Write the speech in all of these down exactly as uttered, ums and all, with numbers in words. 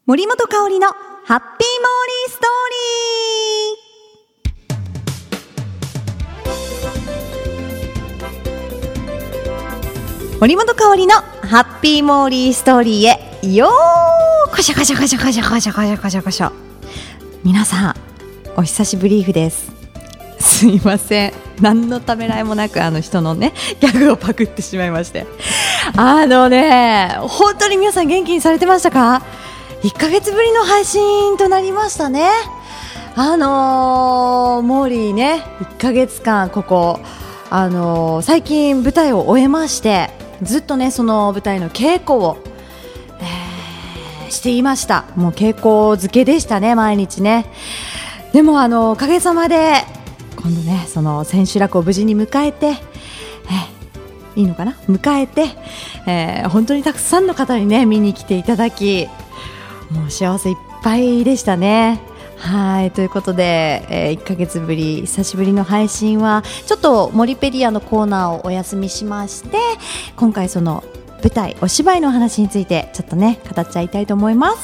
森本香里のハッピーモーリーストーリー。森本香里のハッピーモーリーストーリーへよーこしょこしょこしょこしょこしょこしょこしょこしょ。皆さんお久しぶりーふです。すいません、何のためらいもなくあの人のねギャグをパクってしまいまして、あのね本当に皆さん元気にされてましたか？いっかげつぶりの配信となりましたね。あのー、モーリーねいっかげつかんここ、あのー、最近舞台を終えまして、ずっとねその舞台の稽古を、えー、していました。もう稽古漬けでしたね、毎日ね。でもあのおかげさまで今度ねその千秋楽を無事に迎えて、えー、いいのかな迎えて、えー、本当にたくさんの方にね見に来ていただき、もう幸せいっぱいでしたね。はいということで、えー、いっかげつぶり久しぶりの配信はちょっとモリペディアのコーナーをお休みしまして、今回その舞台お芝居の話についてちょっとね語っちゃいたいと思います。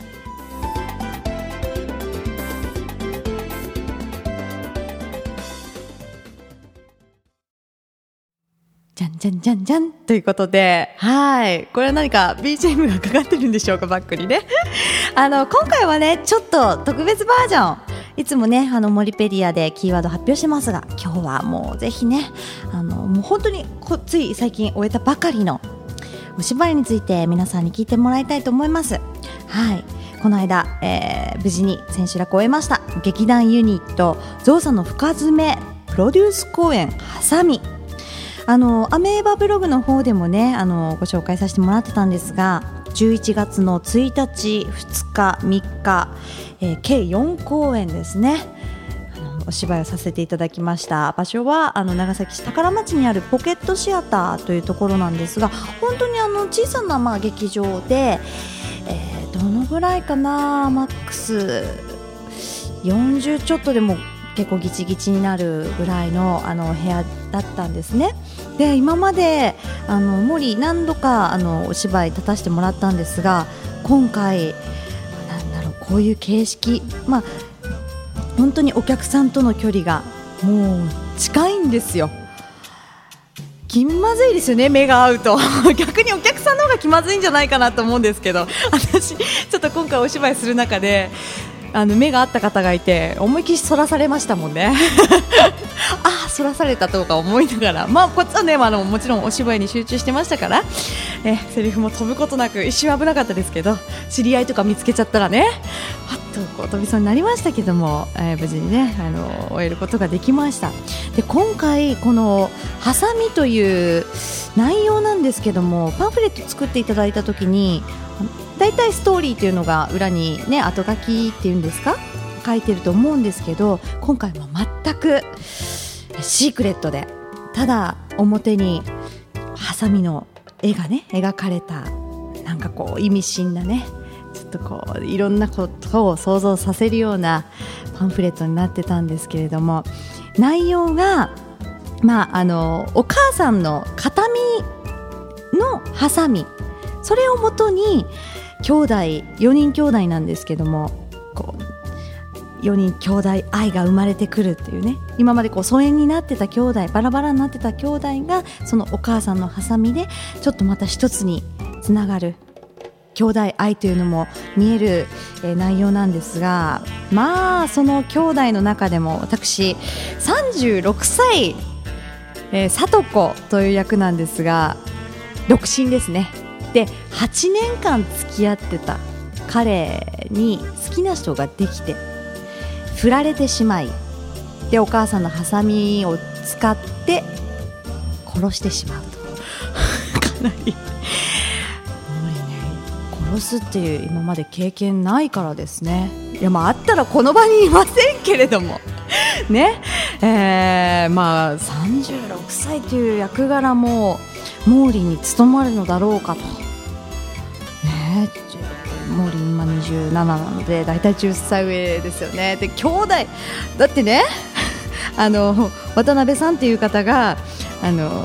じゃんじゃんじゃんじゃんということで、はいこれは何か ビージーエム がかかってるんでしょうか、バックにねあの今回はねちょっと特別バージョン、いつもねあのモリペディアでキーワード発表してますが、今日はもうぜひねあのもう本当にこつい最近終えたばかりのお芝居について皆さんに聞いてもらいたいと思います。はいこの間、えー、無事に千秋楽を終えました劇団ユニットゾウさんの深爪プロデュース公演ハサミ、あのアメーバブログの方でもねあのご紹介させてもらってたんですが、じゅういちがつのついたち、ふつか、みっか、えー、計よんこうえんですね、あのお芝居をさせていただきました。場所はあの長崎市宝町にあるポケットシアターというところなんですが、本当にあの小さなまあ劇場で、えー、どのぐらいかな、マックスよんじゅうちょっとでも結構ギチギチになるぐらい の, あの部屋だったんですね。で今まであの森何度かあのお芝居立たせてもらったんですが、今回なんだろうこういう形式、まあ、本当にお客さんとの距離がもう近いんですよ。気まずいですよね、目が合うと逆にお客さんの方が気まずいんじゃないかなと思うんですけど、私ちょっと今回お芝居する中であの目が合った方がいて思いっきりそらされましたもんねああそらされたとか思いながら、まあこっちはね、まあ、のもちろんお芝居に集中してましたから、えセリフも飛ぶことなく一瞬危なかったですけど、知り合いとか見つけちゃったらねはっとこう飛びそうになりましたけども、えー、無事にねあの終えることができました。で今回このハサミという内容なんですけども、パンフレット作っていただいた時にだいたいストーリーというのが裏にね後書きっていうんですか書いてると思うんですけど、今回は全くシークレットで、ただ表にハサミの絵がね描かれた、なんかこう意味深なねちょっとこういろんなことを想像させるようなパンフレットになってたんですけれども、内容がまああのお母さんの形見のハサミ、それをもとに兄弟よにん兄弟なんですけども、こうよにん兄弟愛が生まれてくるっていうね、今までこう疎遠になってた兄弟、バラバラになってた兄弟がそのお母さんのハサミでちょっとまた一つにつながる兄弟愛というのも見える、えー、内容なんですが、まあその兄弟の中でも私さんじゅうろくさい、えー、里子という役なんですが、独身ですね。ではちねんかん付き合ってた彼に好きな人ができて振られてしまい、でお母さんのハサミを使って殺してしまうとかなりもうね殺すっていう今まで経験ないからですね。いやまああったらこの場にいませんけれどもね、えー、まあさんじゅうろくさいという役柄もモーリーに務まるのだろうかとね。モーリー今にじゅうなななのでだいたいじゅっさい上ですよね。で兄弟だってねあの渡辺さんっていう方があの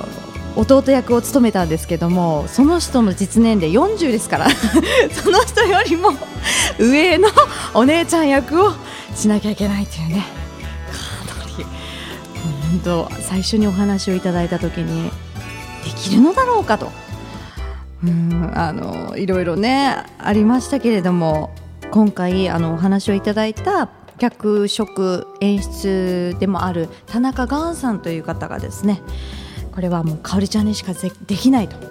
弟役を務めたんですけども、その人の実年齢よんじゅうですからその人よりも上のお姉ちゃん役をしなきゃいけないというね、かなり本当最初にお話をいただいた時にできるのだろうかと、うん、あのいろいろねありましたけれども、今回あのお話をいただいた脚色演出でもある田中ガンさんという方がですね、これはもうかおりちゃんにしかできないと、うん、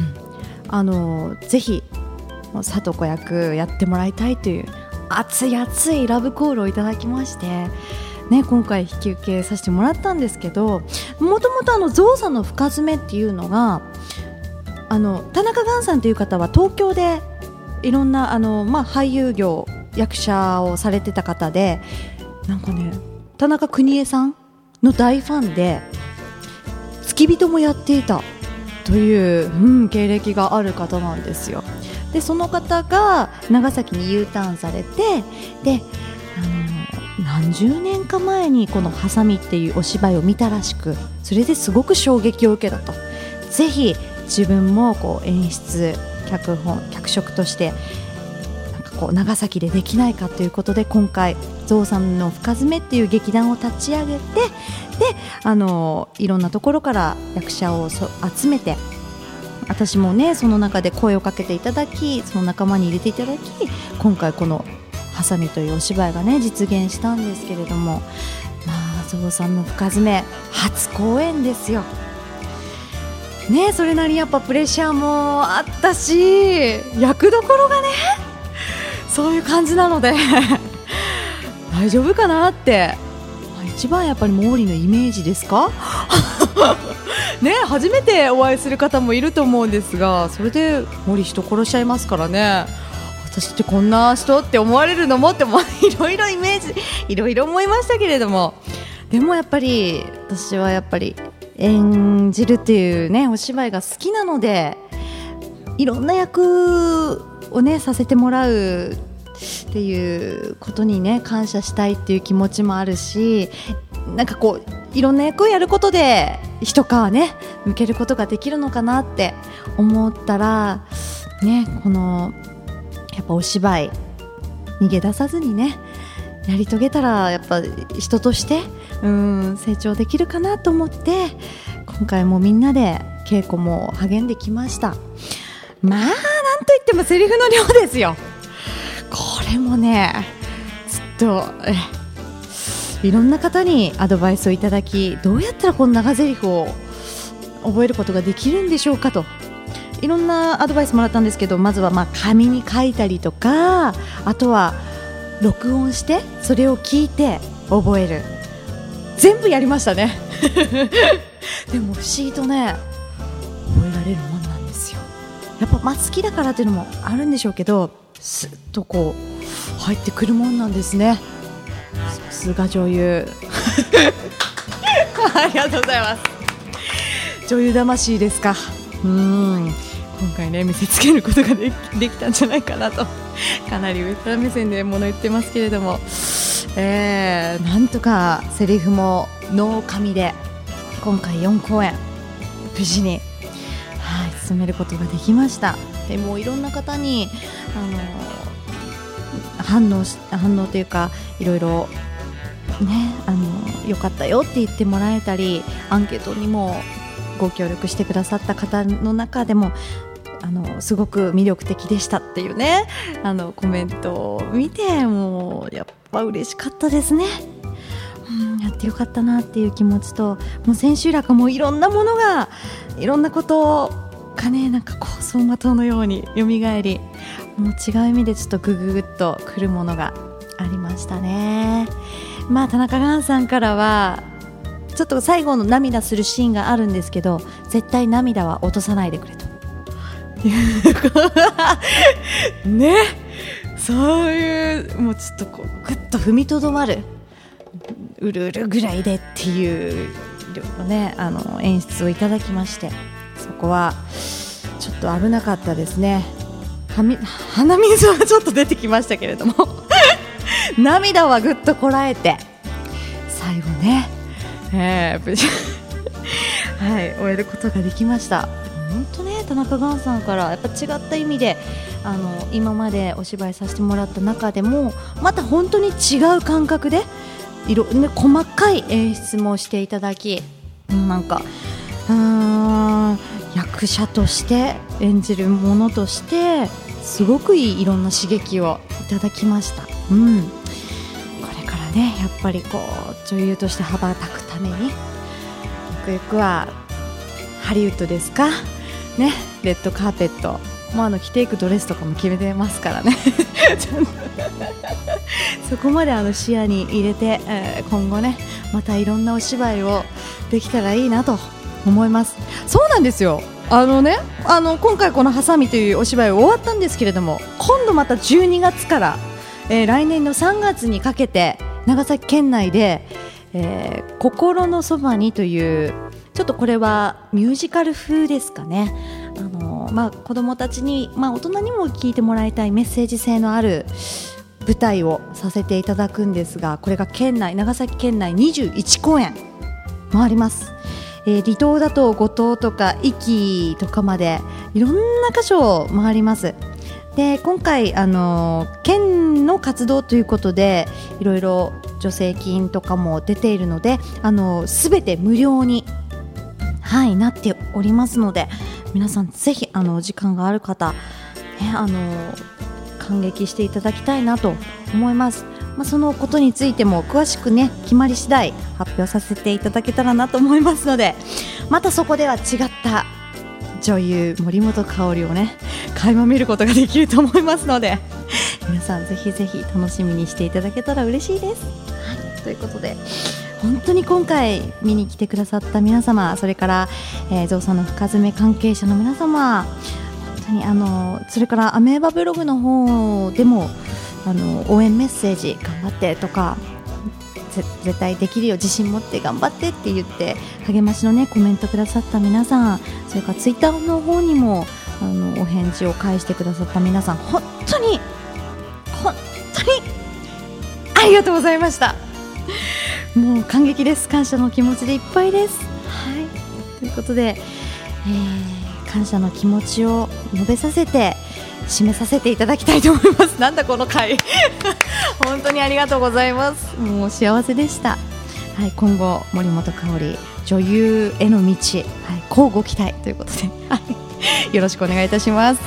あのぜひ聡子役やってもらいたいという熱い熱いラブコールをいただきまして、ね、今回引き受けさせてもらったんですけど、もともとあのゾウさんの深爪っていうのが、あの田中ガンさんという方は東京でいろんなあの、まあ、俳優業役者をされてた方で、なんかね田中邦衛さんの大ファンで付き人もやっていたという、うん、経歴がある方なんですよ。でその方が長崎に U ターンされて、であの何十年か前にこのハサミっていうお芝居を見たらしく、それですごく衝撃を受けたと。ぜひ自分もこう演出脚本脚色としてなんかこう長崎でできないかということで、今回ゾウさんの深爪っていう劇団を立ち上げて、であのいろんなところから役者をそ集めて、私もねその中で声をかけていただき、その仲間に入れていただき、今回このハサミというお芝居がね実現したんですけれども、まあゾウさんの深爪初公演ですよね。それなりにやっぱプレッシャーもあったし、役どころがねそういう感じなので大丈夫かなって、一番やっぱり毛利のイメージですかね、初めてお会いする方もいると思うんですが、それで毛利人殺しちゃいますからね、私ってこんな人って思われるのもってもいろいろイメージいろいろ思いましたけれども、でもやっぱり私はやっぱり演じるっていうねお芝居が好きなので、いろんな役をねさせてもらうっていうことにね感謝したいっていう気持ちもあるし、なんかこういろんな役をやることで一皮ね向けることができるのかなって思ったらね、このやっぱお芝居逃げ出さずにねやり遂げたら、やっぱ人としてうん成長できるかなと思って、今回もみんなで稽古も励んできました。まあなんといってもセリフの量ですよ。これもねずっとえいろんな方にアドバイスをいただき、どうやったらこの長台詞を覚えることができるんでしょうかと、いろんなアドバイスもらったんですけど、まずはまあ紙に書いたりとか、あとは録音してそれを聞いて覚える、全部やりましたねでも不思議とね覚えられるもんなんですよ。やっぱまあ好きだからっていうのもあるんでしょうけど、スッとこう入ってくるもんなんですね。さすが女優ありがとうございます。女優魂ですか。うーん、今回ね見せつけることがで き, できたんじゃないかなとかなり上から目線で物言ってますけれども、えー、なんとかセリフもノー紙で今回よん公演無事に、はい、進めることができました。でもいろんな方にあの反応し反応というかいろいろね、あのよかったよって言ってもらえたり、アンケートにもご協力してくださった方の中でもあのすごく魅力的でしたっていうね、あのコメントを見てもうやっぱ嬉しかったですね。うん、やってよかったなっていう気持ちと、もう千秋楽もいろんなものがいろんなことがね、なんかこう走馬灯のように蘇り、もう違う意味でちょっとグググッとくるものがありましたね。まあ田中ガンさんからはちょっと最後の涙するシーンがあるんですけど、絶対涙は落とさないでくれとね、そういうもうちょっとこうグッと踏みとどまる、うるうるぐらいでっていうね、あの演出をいただきまして、そこはちょっと危なかったですね。はみ鼻水はちょっと出てきましたけれども涙はぐっとこらえて最後ね、えー、無事はい、終えることができました。本当ね、田中雁さんからやっぱ違った意味であの今までお芝居させてもらった中でもまた本当に違う感覚でいろ、ね、細かい演出もしていただき、なんかうーん役者として演じるものとしてすごくいいいろんな刺激をいただきました。うん、これからねやっぱりこう女優として羽ばたくためにゆくゆくはハリウッドですかね、レッドカーペットもうあの着ていくドレスとかも決めてますからねそこまであの視野に入れて、えー、今後ねまたいろんなお芝居をできたらいいなと思います。そうなんですよ、あのねあの今回このハサミというお芝居終わったんですけれども、今度またじゅうにがつから、えー、来年のさんがつにかけて長崎県内で、えー、心のそばにというちょっとこれはミュージカル風ですかね。あの、まあ、子どもたちに、まあ、大人にも聞いてもらいたいメッセージ性のある舞台をさせていただくんですが、これが県内長崎県内にじゅういちこうえん回ります。えー、離島だと五島とか壱岐とかまでいろんな箇所を回ります。で今回、あのー、県の活動ということでいろいろ助成金とかも出ているので、あのー、全て無料に、はい、なっておりますので、皆さんぜひあの時間がある方、ね、あのー、感激していただきたいなと思います。まあ、そのことについても詳しくね決まり次第発表させていただけたらなと思いますので、またそこでは違った女優森本香織をね垣間見ることができると思いますので、皆さんぜひぜひ楽しみにしていただけたら嬉しいです。はい、ということで本当に今回見に来てくださった皆様、それから、えー、ゾウさんの深爪関係者の皆様、本当にあのそれからアメーバブログの方でもあの応援メッセージ頑張ってとか絶対できるよ自信持って頑張ってって言って励ましのねコメントくださった皆さん、それからツイッターの方にもあのお返事を返してくださった皆さん、本当に本当にありがとうございました。もう感激です。感謝の気持ちでいっぱいです。はい、ということで、えー、感謝の気持ちを述べさせて締めさせていただきたいと思います。なんだこの回本当にありがとうございます。もう幸せでした。はい、今後森本香織女優への道、はい、乞うご期待ということでよろしくお願いいたします。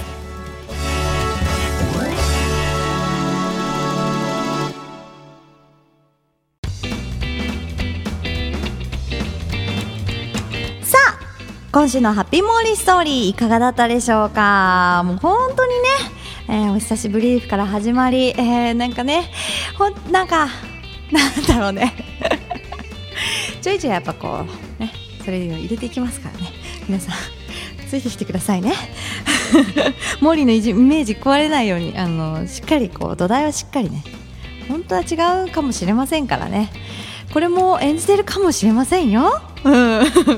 さあ今週のハッピーモーリーストーリーいかがだったでしょうか。もう本当にね、えー、お久しぶりから始まり、えー、なんかねほんなんかなんだろうねちょいちょいやっぱこうねそれを入れていきますからね、皆さんついてきてくださいねモーリーのイメージ壊れないようにあのしっかりこう土台はしっかりね、本当は違うかもしれませんからね、これも演じてるかもしれませんよ。うん、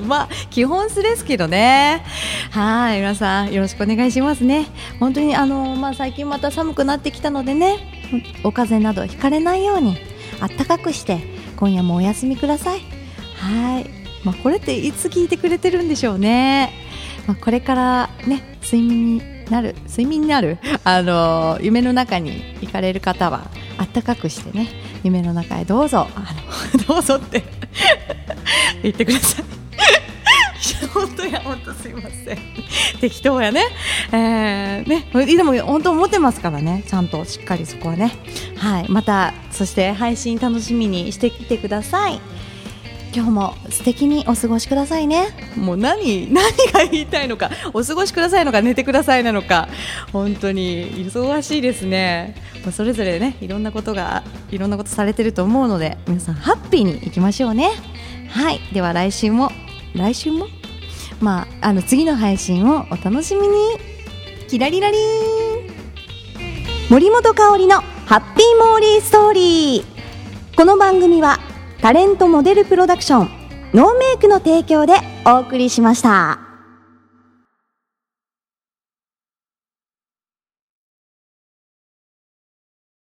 まあ基本素ですけどね。はい、皆さんよろしくお願いしますね。本当にあの、まあ、最近また寒くなってきたのでね、お風邪などひかれないようにあったかくして今夜もお休みください。はい、まあ、これっていつ聞いてくれてるんでしょうね。まあ、これからね睡眠になる睡眠になるあの夢の中に行かれる方はあったかくしてね、夢の中へどうぞあのどうぞって言ってください本当や本当すいません適当やね、えー、ねでも本当思ってますからね、ちゃんとしっかりそこはね。はい、またそして配信楽しみにしてきてください。今日も素敵にお過ごしくださいね。もう何何が言いたいのか、お過ごしくださいのか寝てくださいなのか、本当に忙しいですね。それぞれねいろんなことがいろんなことされてると思うので、皆さんハッピーにいきましょうね。はい、では来週も来週もまああの次の配信をお楽しみに。キラリラリーン、森本香織のハッピーモーリーストーリー。この番組はタレントモデルプロダクションノーメイクの提供でお送りしました。